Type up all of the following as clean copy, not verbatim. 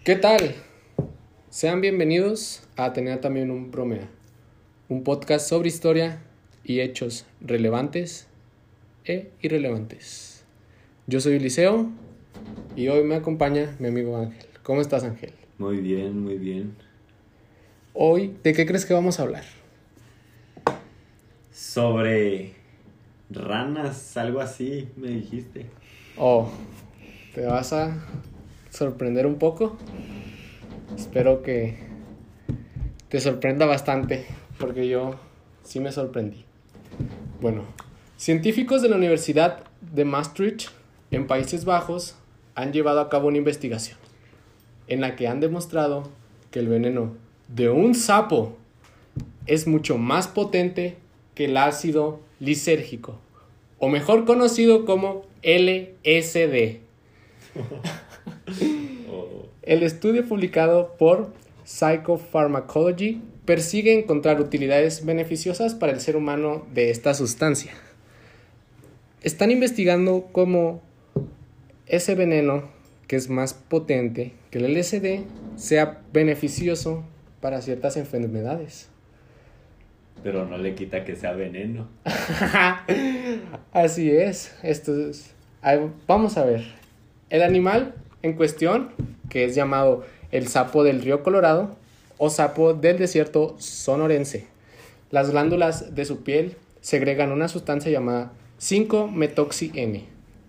¿Qué tal? Sean bienvenidos a Tener también un Bromea, un podcast sobre historia y hechos relevantes e irrelevantes. Yo soy Eliseo y hoy me acompaña mi amigo Ángel. ¿Cómo estás, Ángel? Muy bien, muy bien. Hoy, ¿de qué crees que vamos a hablar? Sobre ranas, algo así, me dijiste. Oh, ¿te vas a sorprender un poco? Espero que te sorprenda bastante, porque yo sí me sorprendí. Bueno, científicos de la Universidad de Maastricht, en Países Bajos, han llevado a cabo una investigación en la que han demostrado que el veneno de un sapo es mucho más potente que el ácido lisérgico, o mejor conocido como LSD. El estudio publicado por Psychopharmacology persigue encontrar utilidades beneficiosas para el ser humano de esta sustancia. Están investigando cómo ese veneno, que es más potente que el LSD, sea beneficioso para ciertas enfermedades. Pero no le quita que sea veneno. Así es. Vamos a ver. El animal en cuestión, que es llamado el sapo del río Colorado o sapo del desierto sonorense. Las glándulas de su piel segregan una sustancia llamada 5-metoxi-N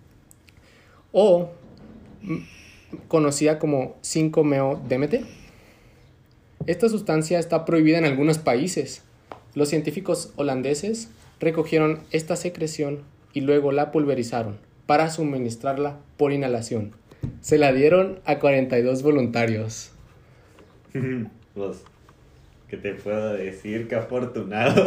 o conocida como 5-meo-DMT. Esta sustancia está prohibida en algunos países. Los científicos holandeses recogieron esta secreción y luego la pulverizaron para suministrarla por inhalación. Se la dieron a 42 voluntarios. Pues, ¿qué te puedo decir? ¡Qué afortunado!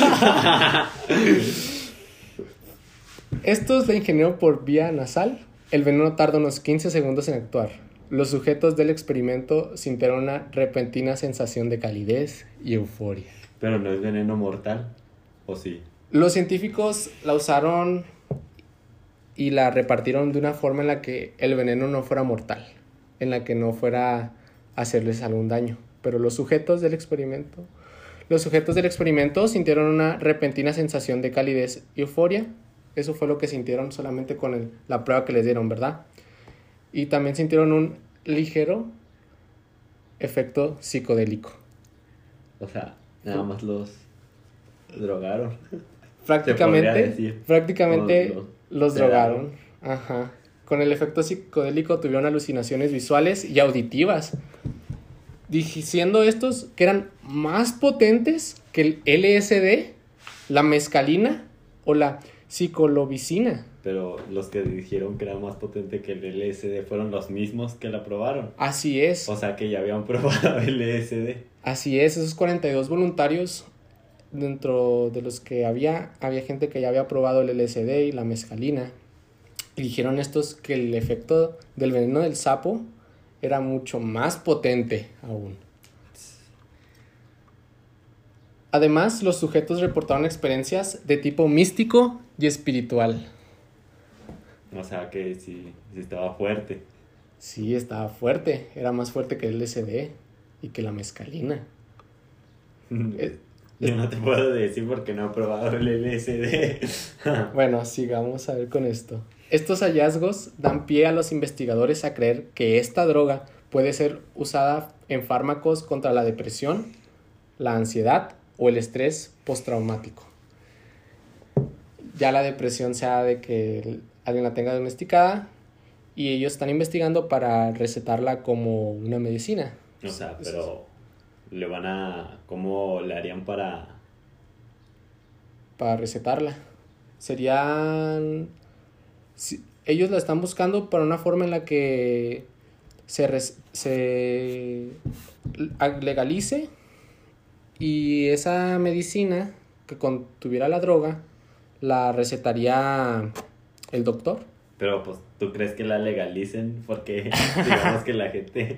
Estos la ingirieron por vía nasal. El veneno tarda unos 15 segundos en actuar. Los sujetos del experimento sintieron una repentina sensación de calidez y euforia. Pero no es veneno mortal, ¿o sí? Los científicos la usaron y la repartieron de una forma en la que el veneno no fuera mortal, en la que no fuera a hacerles algún daño. Pero los sujetos del experimento sintieron una repentina sensación de calidez y euforia. Eso fue lo que sintieron solamente con la prueba que les dieron, ¿verdad? Y también sintieron un ligero efecto psicodélico. O sea, nada más los drogaron. Prácticamente los drogaron. Ajá. Con el efecto psicodélico tuvieron alucinaciones visuales y auditivas, diciendo estos que eran más potentes que el LSD, la mescalina o la psilocibina. Pero los que dijeron que era más potente que el LSD fueron los mismos que la probaron. Así es. O sea que ya habían probado el LSD. Así es, esos 42 voluntarios, dentro de los que había gente que ya había probado el LSD y la mescalina. Y dijeron estos que el efecto del veneno del sapo era mucho más potente aún. Además, los sujetos reportaron experiencias de tipo místico y espiritual. O sea que sí estaba fuerte. Sí, estaba fuerte. Era más fuerte que el LSD y que la mescalina. Yo no te puedo decir porque no he probado el LSD. Bueno, sigamos a ver con esto. Estos hallazgos dan pie a los investigadores a creer que esta droga puede ser usada en fármacos contra la depresión, la ansiedad o el estrés postraumático. Ya la depresión sea de que alguien la tenga domesticada y ellos están investigando para recetarla como una medicina. O sea, pero ¿cómo le harían para recetarla? Ellos la están buscando para una forma en la que se legalice y esa medicina que contuviera la droga la recetaría el doctor. Pero pues, ¿tú crees que la legalicen? Porque digamos que la gente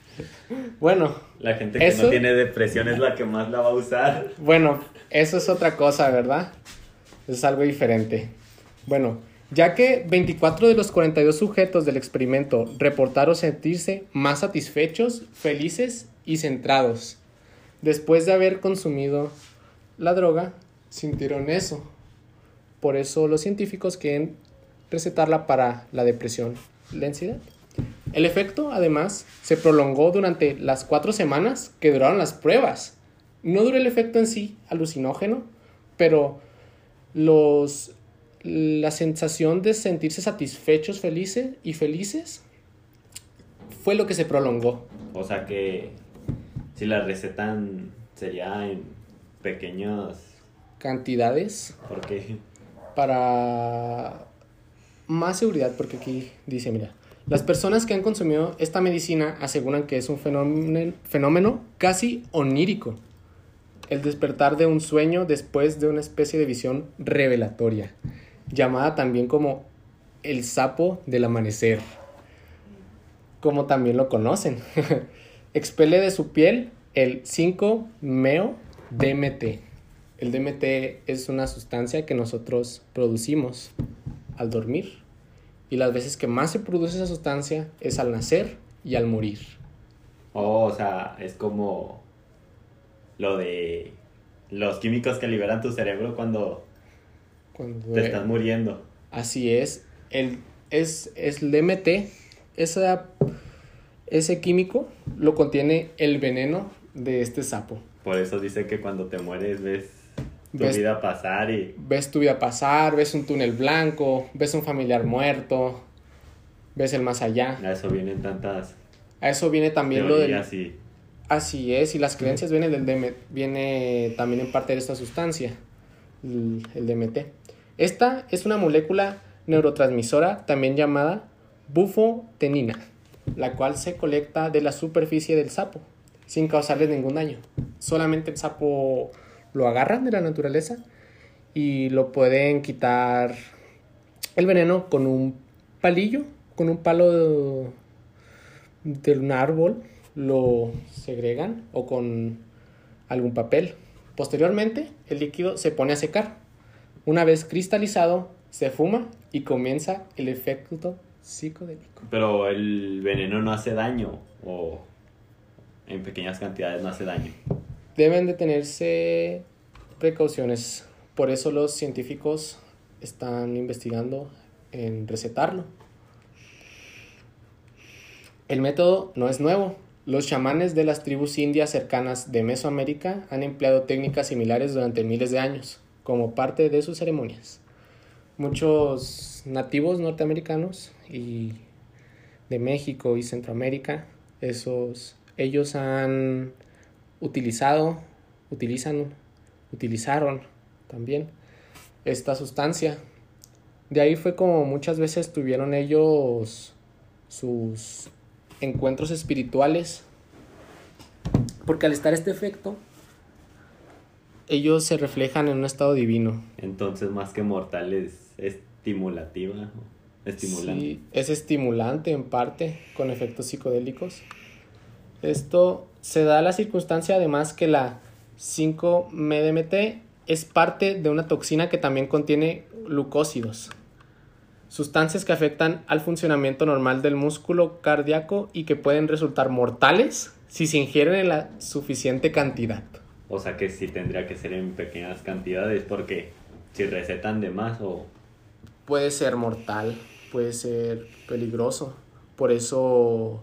que no tiene depresión es la que más la va a usar. Bueno, eso es otra cosa, ¿verdad? Es algo diferente. Bueno, ya que 24 de los 42 sujetos del experimento reportaron sentirse más satisfechos, felices y centrados. Después de haber consumido la droga, sintieron eso. Por eso los científicos quieren recetarla para la depresión y la ansiedad. El efecto, además, se prolongó durante las 4 semanas que duraron las pruebas. No duró el efecto en sí alucinógeno, pero la sensación de sentirse satisfechos, felices fue lo que se prolongó. O sea que si la recetan sería en pequeñas Cantidades ¿Por qué? para más seguridad, porque aquí dice, mira, las personas que han consumido esta medicina aseguran que es un fenómeno casi onírico, el despertar de un sueño después de una especie de visión revelatoria, llamada también como el sapo del amanecer, como también lo conocen. Expele de su piel el 5-meo-DMT. El DMT es una sustancia que nosotros producimos al dormir, y las veces que más se produce esa sustancia es al nacer y al morir. O sea, es como lo de los químicos que liberan tu cerebro cuando te estás muriendo. Así es. El DMT, ese químico lo contiene el veneno de este sapo. Por eso dice que cuando te mueres ves tu vida pasar y... Ves tu vida pasar, ves un túnel blanco, ves un familiar muerto, ves el más allá. A eso vienen tantas A eso viene también teorías lo del... Así es, y las creencias vienen del DMT, viene también en parte de esta sustancia, el DMT. Esta es una molécula neurotransmisora también llamada bufotenina, la cual se colecta de la superficie del sapo sin causarle ningún daño. Solamente el sapo lo agarran de la naturaleza y lo pueden quitar el veneno con un palillo, con un palo de un árbol, lo segregan o con algún papel. Posteriormente, el líquido se pone a secar. Una vez cristalizado, se fuma y comienza el efecto psicodélico. Pero el veneno no hace daño, o en pequeñas cantidades no hace daño. Deben de tenerse precauciones. Por eso los científicos están investigando en recetarlo. El método no es nuevo. Los chamanes de las tribus indias cercanas de Mesoamérica han empleado técnicas similares durante miles de años, como parte de sus ceremonias. Muchos nativos norteamericanos y de México y Centroamérica, ellos han utilizaron también esta sustancia. De ahí fue como muchas veces tuvieron ellos sus encuentros espirituales, porque al estar este efecto, ellos se reflejan en un estado divino. Entonces, más que mortal, es estimulativa, ¿no? Estimulante. Sí, es estimulante en parte, con efectos psicodélicos. Esto se da la circunstancia además que la 5-MeO-DMT es parte de una toxina que también contiene glucósidos, sustancias que afectan al funcionamiento normal del músculo cardíaco y que pueden resultar mortales si se ingieren en la suficiente cantidad. O sea que sí tendría que ser en pequeñas cantidades, porque si recetan de más o... Puede ser mortal, puede ser peligroso. Por eso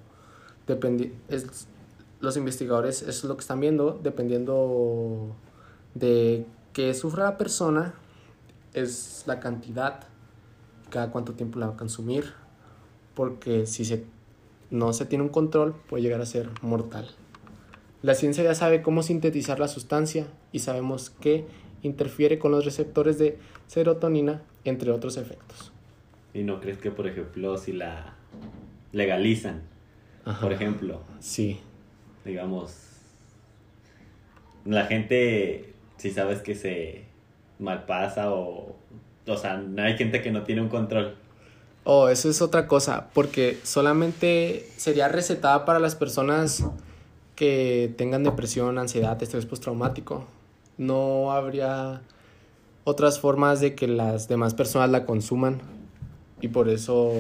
los investigadores, eso es lo que están viendo, dependiendo de qué sufra la persona, es la cantidad, cada cuánto tiempo la va a consumir, porque si no se tiene un control, puede llegar a ser mortal. La ciencia ya sabe cómo sintetizar la sustancia y sabemos que interfiere con los receptores de serotonina, entre otros efectos. ¿Y no crees que, por ejemplo, si la legalizan, Ajá. por ejemplo, sí, digamos, la gente, si sabes que se malpasa o sea, hay gente que no tiene un control? eso es otra cosa, porque solamente sería recetada para las personas que tengan depresión, ansiedad, estrés postraumático. No habría otras formas de que las demás personas la consuman. Y por eso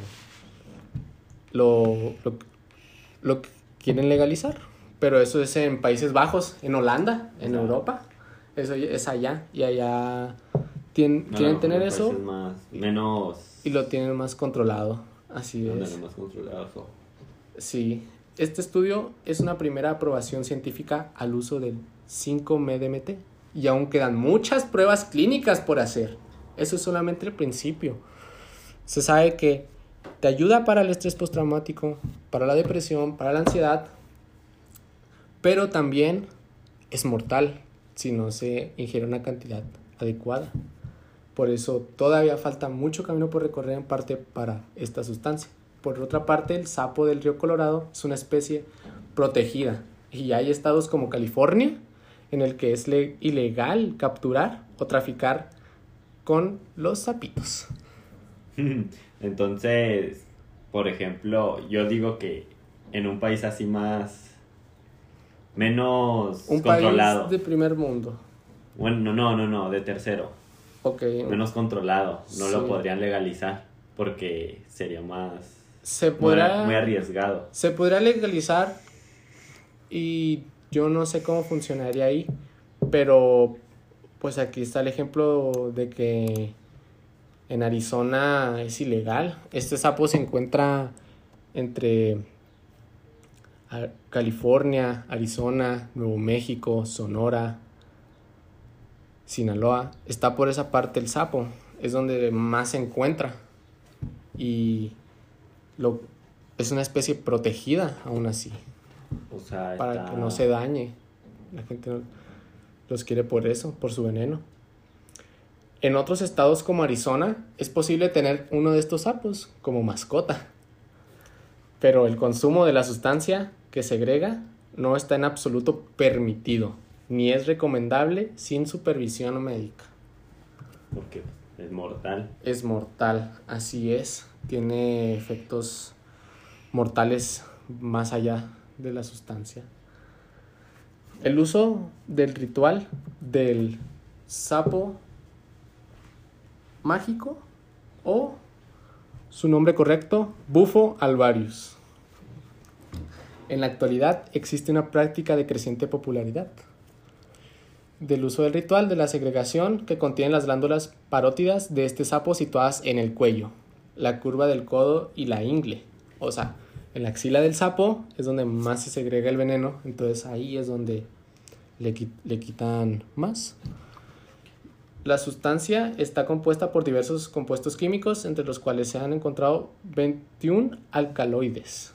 lo quieren legalizar. Pero eso es en Países Bajos, en Holanda, en Europa. Eso es allá. Y allá quieren tener eso. Menos... Y lo tienen más controlado. Así es. Más controlado. Sí. Este estudio es una primera aprobación científica al uso del 5-MeDMT. Y aún quedan muchas pruebas clínicas por hacer. Eso es solamente el principio. Se sabe que te ayuda para el estrés postraumático, para la depresión, para la ansiedad, pero también es mortal si no se ingiere una cantidad adecuada. Por eso todavía falta mucho camino por recorrer en parte para esta sustancia. Por otra parte, el sapo del río Colorado es una especie protegida y hay estados como California en el que es ilegal capturar o traficar con los sapitos. Entonces, por ejemplo, yo digo que en un país así menos un controlado. País de primer mundo. Bueno, no, de tercero. Okay. Menos controlado, no sí. Lo podrían legalizar porque sería muy arriesgado. Se podría legalizar y yo no sé cómo funcionaría ahí, pero pues aquí está el ejemplo de que en Arizona es ilegal. Este sapo se encuentra entre California, Arizona, Nuevo México, Sonora, Sinaloa. Está por esa parte el sapo, es donde más se encuentra y es una especie protegida aún así. O sea, para que no se dañe. La gente los quiere por eso, por su veneno. En otros estados como Arizona es posible tener uno de estos sapos como mascota, pero el consumo de la sustancia que segrega no está en absoluto permitido, ni es recomendable sin supervisión médica. Porque es mortal. Es mortal, así es. Tiene efectos mortales más allá de la sustancia. El uso del ritual del sapo mágico, o su nombre correcto, Bufo alvarius. En la actualidad existe una práctica de creciente popularidad del uso del ritual de la segregación que contiene las glándulas parótidas de este sapo situadas en el cuello, la curva del codo y la ingle. O sea, en la axila del sapo es donde más se segrega el veneno, entonces ahí es donde le quitan más. La sustancia está compuesta por diversos compuestos químicos, entre los cuales se han encontrado 21 alcaloides.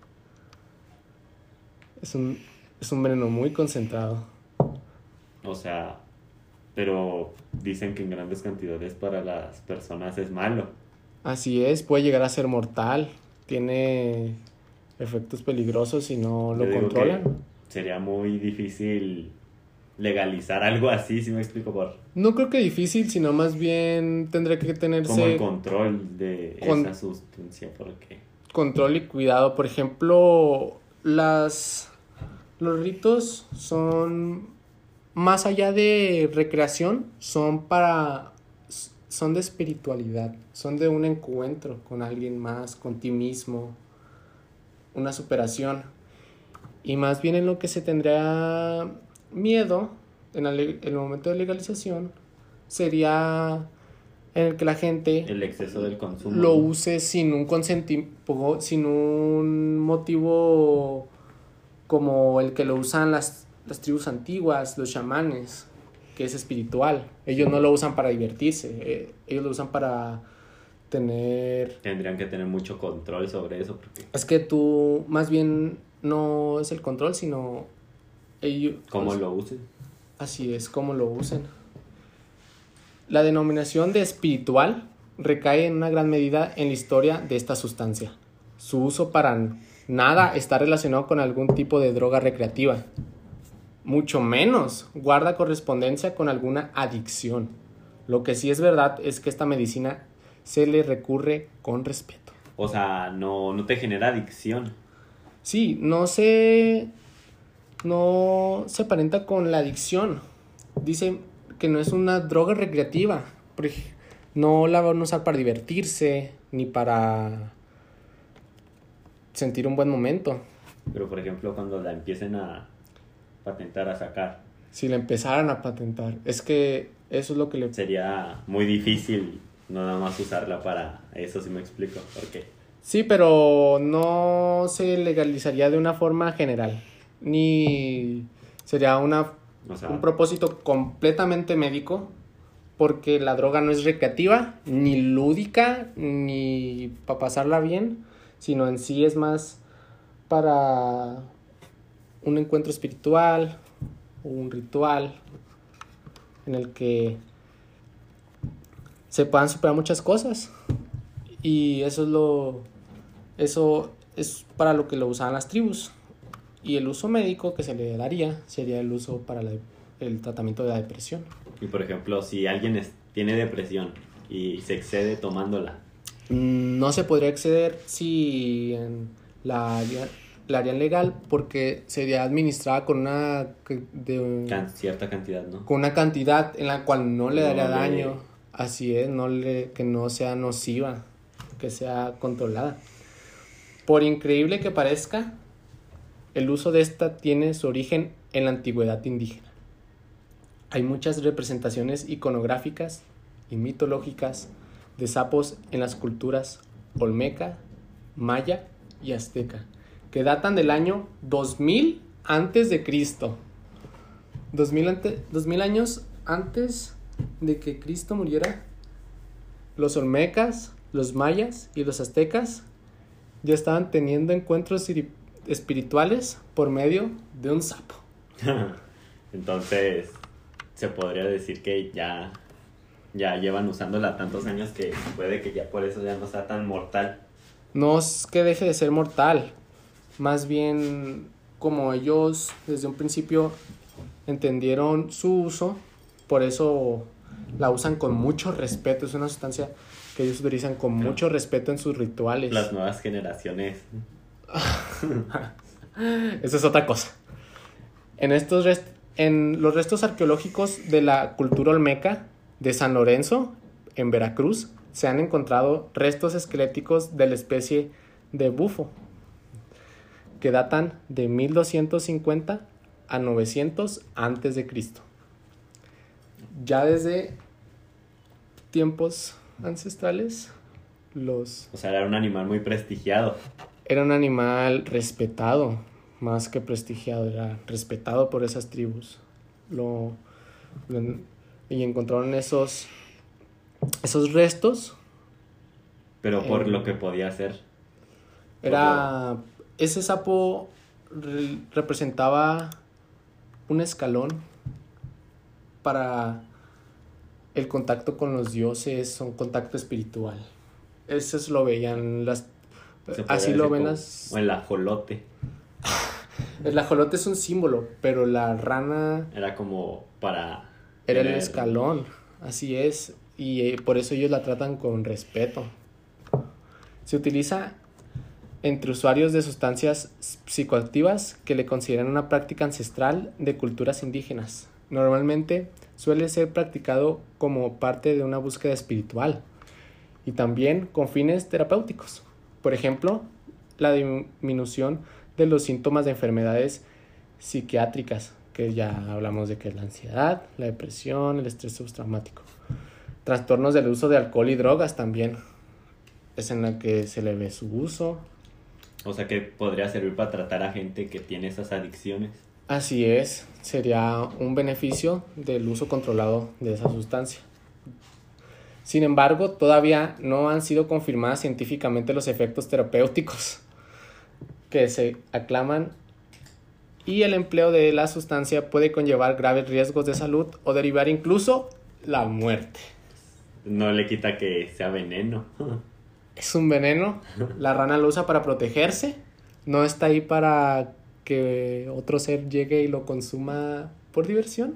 Es un veneno muy concentrado. O sea, pero dicen que en grandes cantidades para las personas es malo. Así es, puede llegar a ser mortal. Tiene efectos peligrosos si no lo controlan. Sería muy difícil legalizar algo así, ¿sí me explico? No creo que difícil, sino más bien tendría que tenerse... como el control de esa sustancia, porque... Control y cuidado. Por ejemplo, los ritos son... más allá de recreación, son de espiritualidad, son de un encuentro con alguien más, con ti mismo, una superación. Y más bien en lo que se tendría miedo en el momento de legalización sería en el que la gente el exceso del consumo lo use sin un sin un motivo como el que lo usan las tribus antiguas, los chamanes, que es espiritual. Ellos no lo usan para divertirse, ellos lo usan para tendrían que tener mucho control sobre eso, porque es que tú más bien no es el control, sino ellos cómo lo usen. Así es, cómo lo usen. La denominación de espiritual recae en una gran medida en la historia de esta sustancia. Su uso para nada está relacionado con algún tipo de droga recreativa. Mucho menos guarda correspondencia con alguna adicción. Lo que sí es verdad es que esta medicina se le recurre con respeto. O sea, no te genera adicción. Sí, no se aparenta con la adicción. Dice que no es una droga recreativa. No la van a usar para divertirse ni para sentir un buen momento. Pero por ejemplo, cuando la empiecen a patentar, a sacar. Si la empezaran a patentar, es que eso es lo que le... Sería muy difícil no nada más usarla para eso, si me explico. ¿Por qué? Sí, pero no se legalizaría de una forma general. Ni sería un propósito completamente médico, porque la droga no es recreativa, ni lúdica, ni para pasarla bien, sino en sí es más para un encuentro espiritual o un ritual en el que se puedan superar muchas cosas. Y eso es para lo que lo usaban las tribus. Y el uso médico que se le daría sería el uso para el tratamiento de la depresión. Y por ejemplo, si alguien tiene depresión y se excede tomándola. No se podría exceder si la harían legal, porque sería administrada con cierta cantidad, ¿no? Con una cantidad en la cual no le daría daño. Así es, que no sea nociva, que sea controlada. Por increíble que parezca, el uso de esta tiene su origen en la antigüedad indígena. Hay muchas representaciones iconográficas y mitológicas de sapos en las culturas olmeca, maya y azteca, que datan del año 2000 antes de Cristo. 2000 años antes de que Cristo muriera, los olmecas, los mayas y los aztecas ya estaban teniendo encuentros espirituales por medio de un sapo. Entonces, se podría decir que ya llevan usándola tantos años que puede que ya por eso ya no sea tan mortal. No es que deje de ser mortal, más bien como ellos desde un principio entendieron su uso, por eso la usan con mucho respeto. Es una sustancia que ellos utilizan con mucho respeto en sus rituales. Las nuevas generaciones. Eso es otra cosa. En los restos arqueológicos de la cultura olmeca de San Lorenzo, en Veracruz, se han encontrado restos esqueléticos de la especie de bufo, que datan de 1250 a 900 antes de Cristo. Ya desde tiempos ancestrales, O sea, era un animal muy prestigiado. Era un animal respetado, más que prestigiado, era respetado por esas tribus. Y encontraron esos restos. Pero por lo que podía hacer. Ese sapo representaba un escalón para el contacto con los dioses, un contacto espiritual. Eso lo veían así lo ven O el ajolote. El ajolote es un símbolo, pero la rana era como para... Era el escalón, así es. Y por eso ellos la tratan con respeto. Se utiliza entre usuarios de sustancias psicoactivas que le consideran una práctica ancestral de culturas indígenas. Normalmente suele ser practicado como parte de una búsqueda espiritual y también con fines terapéuticos. Por ejemplo, la disminución de los síntomas de enfermedades psiquiátricas, que ya hablamos de que es la ansiedad, la depresión, el estrés postraumático. Trastornos del uso de alcohol y drogas también es en la que se le ve su uso. O sea que podría servir para tratar a gente que tiene esas adicciones. Así es, sería un beneficio del uso controlado de esa sustancia. Sin embargo, todavía no han sido confirmadas científicamente los efectos terapéuticos que se aclaman, y el empleo de la sustancia puede conllevar graves riesgos de salud o derivar incluso la muerte. No le quita que sea veneno. Es un veneno. La rana lo usa para protegerse. No está ahí para que otro ser llegue y lo consuma por diversión.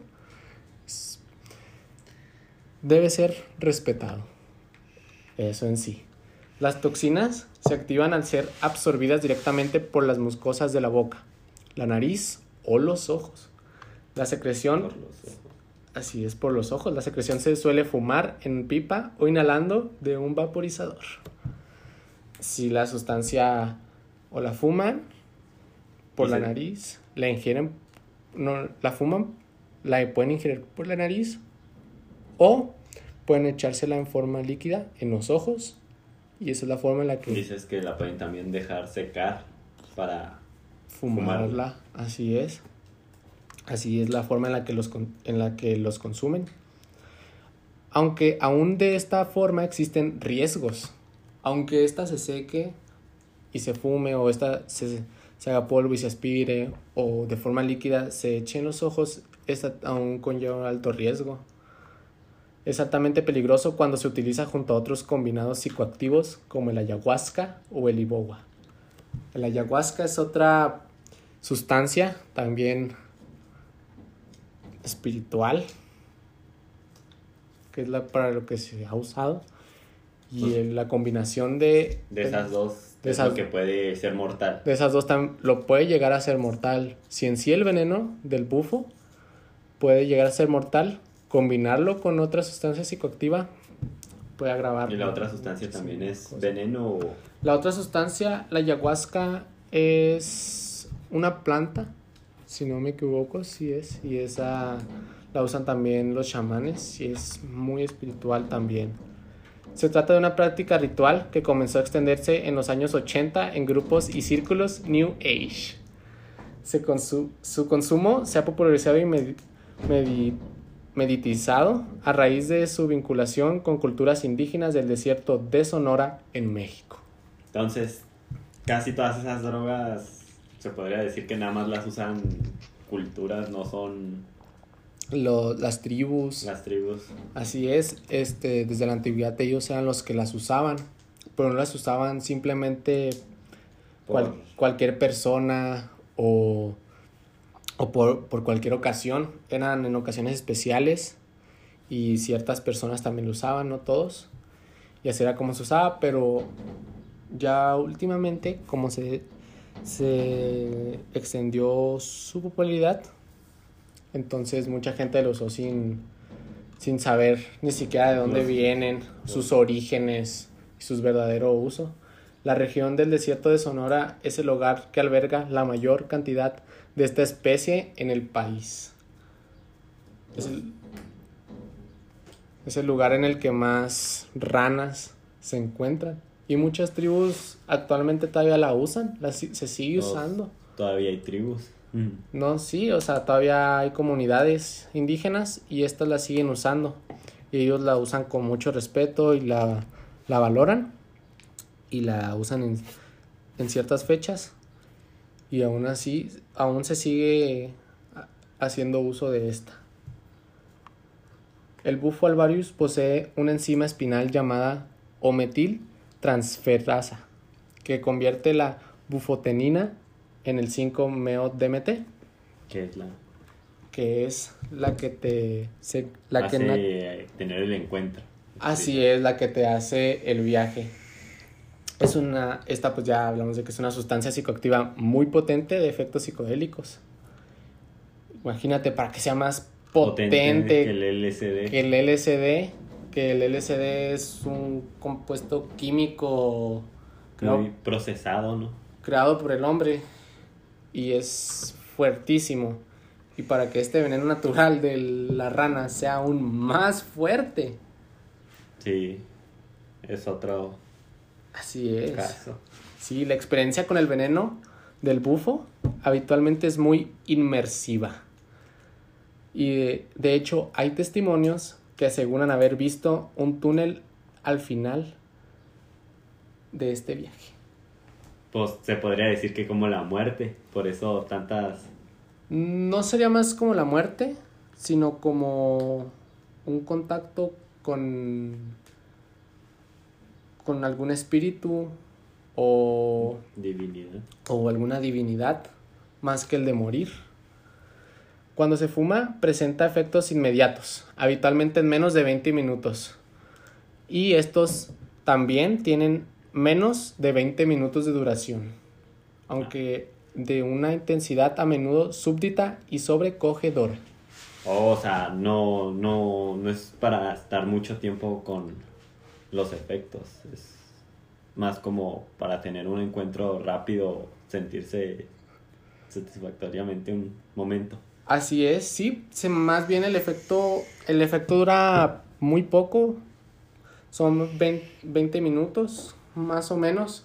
Debe ser respetado. Eso en sí. Las toxinas se activan al ser absorbidas directamente por las mucosas de la boca, la nariz o los ojos. La secreción Así es, por los ojos. La secreción se suele fumar en pipa o inhalando de un vaporizador. Si la sustancia o la fuman por la nariz, la ingieren, no, la fuman, la pueden ingerir por la nariz o pueden echársela en forma líquida en los ojos, y esa es la forma en la que... Dices que la pueden también dejar secar para fumarla. Así es la forma en la que los consumen. Aunque aún de esta forma existen riesgos. Aunque esta se seque y se fume, o esta se haga polvo y se aspire, o de forma líquida se eche en los ojos, esta aún conlleva un alto riesgo. Es altamente peligroso cuando se utiliza junto a otros combinados psicoactivos como el ayahuasca o el iboga. El ayahuasca es otra sustancia también espiritual, que es para lo que se ha usado, y la combinación de esas dos es lo que puede ser mortal. De esas dos lo puede llegar a ser mortal. Si en sí el veneno del bufo puede llegar a ser mortal, combinarlo con otra sustancia psicoactiva puede agravarlo. ¿Y la otra sustancia también es veneno o...? La otra sustancia, la ayahuasca, es una planta, si no me equivoco, sí es, y esa la usan también los chamanes y es muy espiritual también. Se trata de una práctica ritual que comenzó a extenderse en los años 80 en grupos y círculos New Age. Su consumo se ha popularizado y meditizado a raíz de su vinculación con culturas indígenas del desierto de Sonora en México. Entonces, casi todas esas drogas se podría decir que nada más las usan culturas, no son... Las tribus. Así es, desde la antigüedad ellos eran los que las usaban, pero no las usaban simplemente cualquier persona o por cualquier ocasión. Eran en ocasiones especiales y ciertas personas también lo usaban, no todos, y así era como se usaba. Pero ya últimamente, como se extendió su popularidad, entonces mucha gente lo usó sin saber ni siquiera de dónde vienen, sus orígenes y su verdadero uso. La región del desierto de Sonora es el lugar que alberga la mayor cantidad de esta especie en el país. Es el lugar en el que más ranas se encuentran. Y muchas tribus actualmente todavía la usan, se sigue usando. Todavía hay tribus. No, sí, o sea, todavía hay comunidades indígenas y estas la siguen usando. Y ellos la usan con mucho respeto y la valoran. Y la usan en ciertas fechas. Y aún así, aún se sigue haciendo uso de esta. El bufo alvarius posee una enzima espinal llamada ometiltransferasa, que convierte la bufotenina en el 5-MeO-DMT. Que es la que te hace tener el encuentro. Así es, la que te hace el viaje. Esta pues ya hablamos de que es una sustancia psicoactiva muy potente de efectos psicodélicos. Imagínate, para que sea más potente que el LSD. Que el LSD es un compuesto químico muy procesado, ¿no? Creado por el hombre y es fuertísimo. Y para que este veneno natural de la rana sea aún más fuerte. Sí, es otro... Así es. Caso. Sí, la experiencia con el veneno del bufo habitualmente es muy inmersiva. Y de hecho hay testimonios que aseguran haber visto un túnel al final de este viaje. Pues se podría decir que como la muerte, por eso tantas... No sería más como la muerte, sino como un contacto con algún espíritu o divinidad, o alguna divinidad, más que el de morir. Cuando se fuma, presenta efectos inmediatos, habitualmente en menos de 20 minutos. Y estos también tienen menos de 20 minutos de duración, aunque de una intensidad a menudo súbdita y sobrecogedora. O sea, no es para estar mucho tiempo con los efectos. Es más como para tener un encuentro rápido, sentirse satisfactoriamente un momento. Así es, sí. Más bien el efecto dura muy poco. Son 20 minutos, más o menos.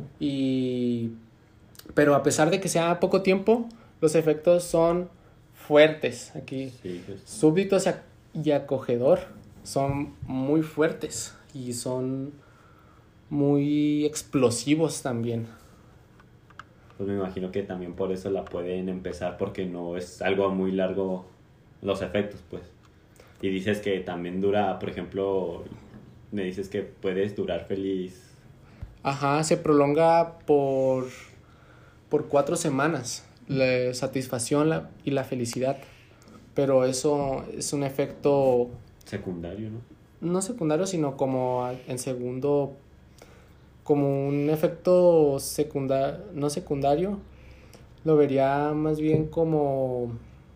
Pero a pesar de que sea poco tiempo, los efectos son fuertes. Aquí, sí, pues. súbditos y acogedor, son muy fuertes y son muy explosivos también. Pues me imagino que también por eso la pueden empezar, porque no es algo muy largo los efectos, pues. Y dices que también dura, por ejemplo, me dices que puedes durar feliz. Ajá, se prolonga por 4 semanas la satisfacción y la felicidad. Pero eso es un efecto Secundario, ¿no? No secundario, sino como en segundo, como un efecto no secundario. Lo vería más bien como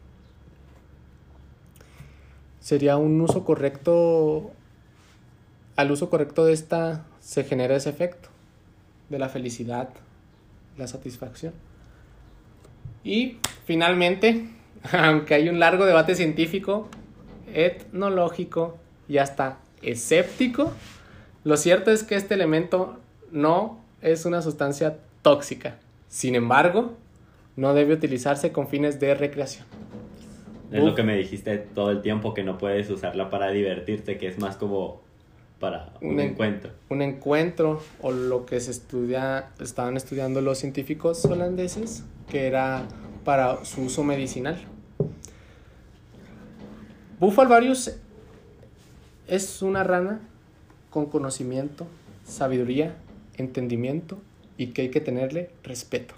sería un uso correcto. Al uso correcto de esta se genera ese efecto de la felicidad, la satisfacción. Y finalmente, aunque hay un largo debate científico, etnológico y hasta escéptico, lo cierto es que este elemento no es una sustancia tóxica. Sin embargo, no debe utilizarse con fines de recreación. Es lo que me dijiste todo el tiempo, que no puedes usarla para divertirte, que es más como para un encuentro. Un encuentro, o lo que estaban estudiando los científicos holandeses, que era para su uso medicinal. Bufo alvarius es una rana con conocimiento, sabiduría, entendimiento y que hay que tenerle respeto.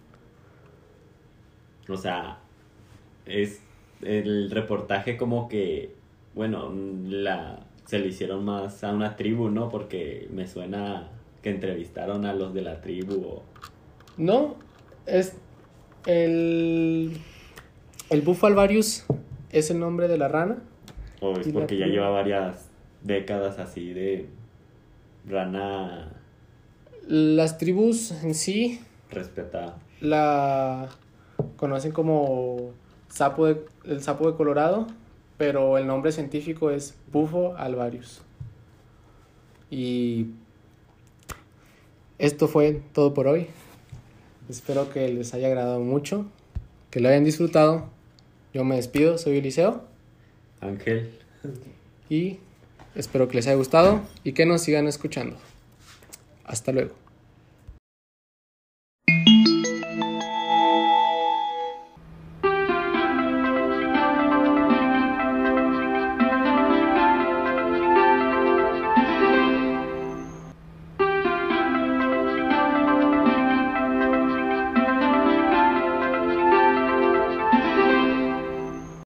O sea, es el reportaje como que, bueno, se le hicieron más a una tribu, ¿no? Porque me suena que entrevistaron a los de la tribu. No, es el Bufo alvarius es el nombre de la rana. O es porque ya lleva varias décadas así de rana. Las tribus en sí Respetada. la conocen como el sapo de Colorado, pero el nombre científico es Bufo alvarius. Y esto fue todo por hoy. Espero que les haya agradado mucho, que lo hayan disfrutado. Yo me despido, soy Eliseo. Ángel. Y espero que les haya gustado y que nos sigan escuchando. Hasta luego.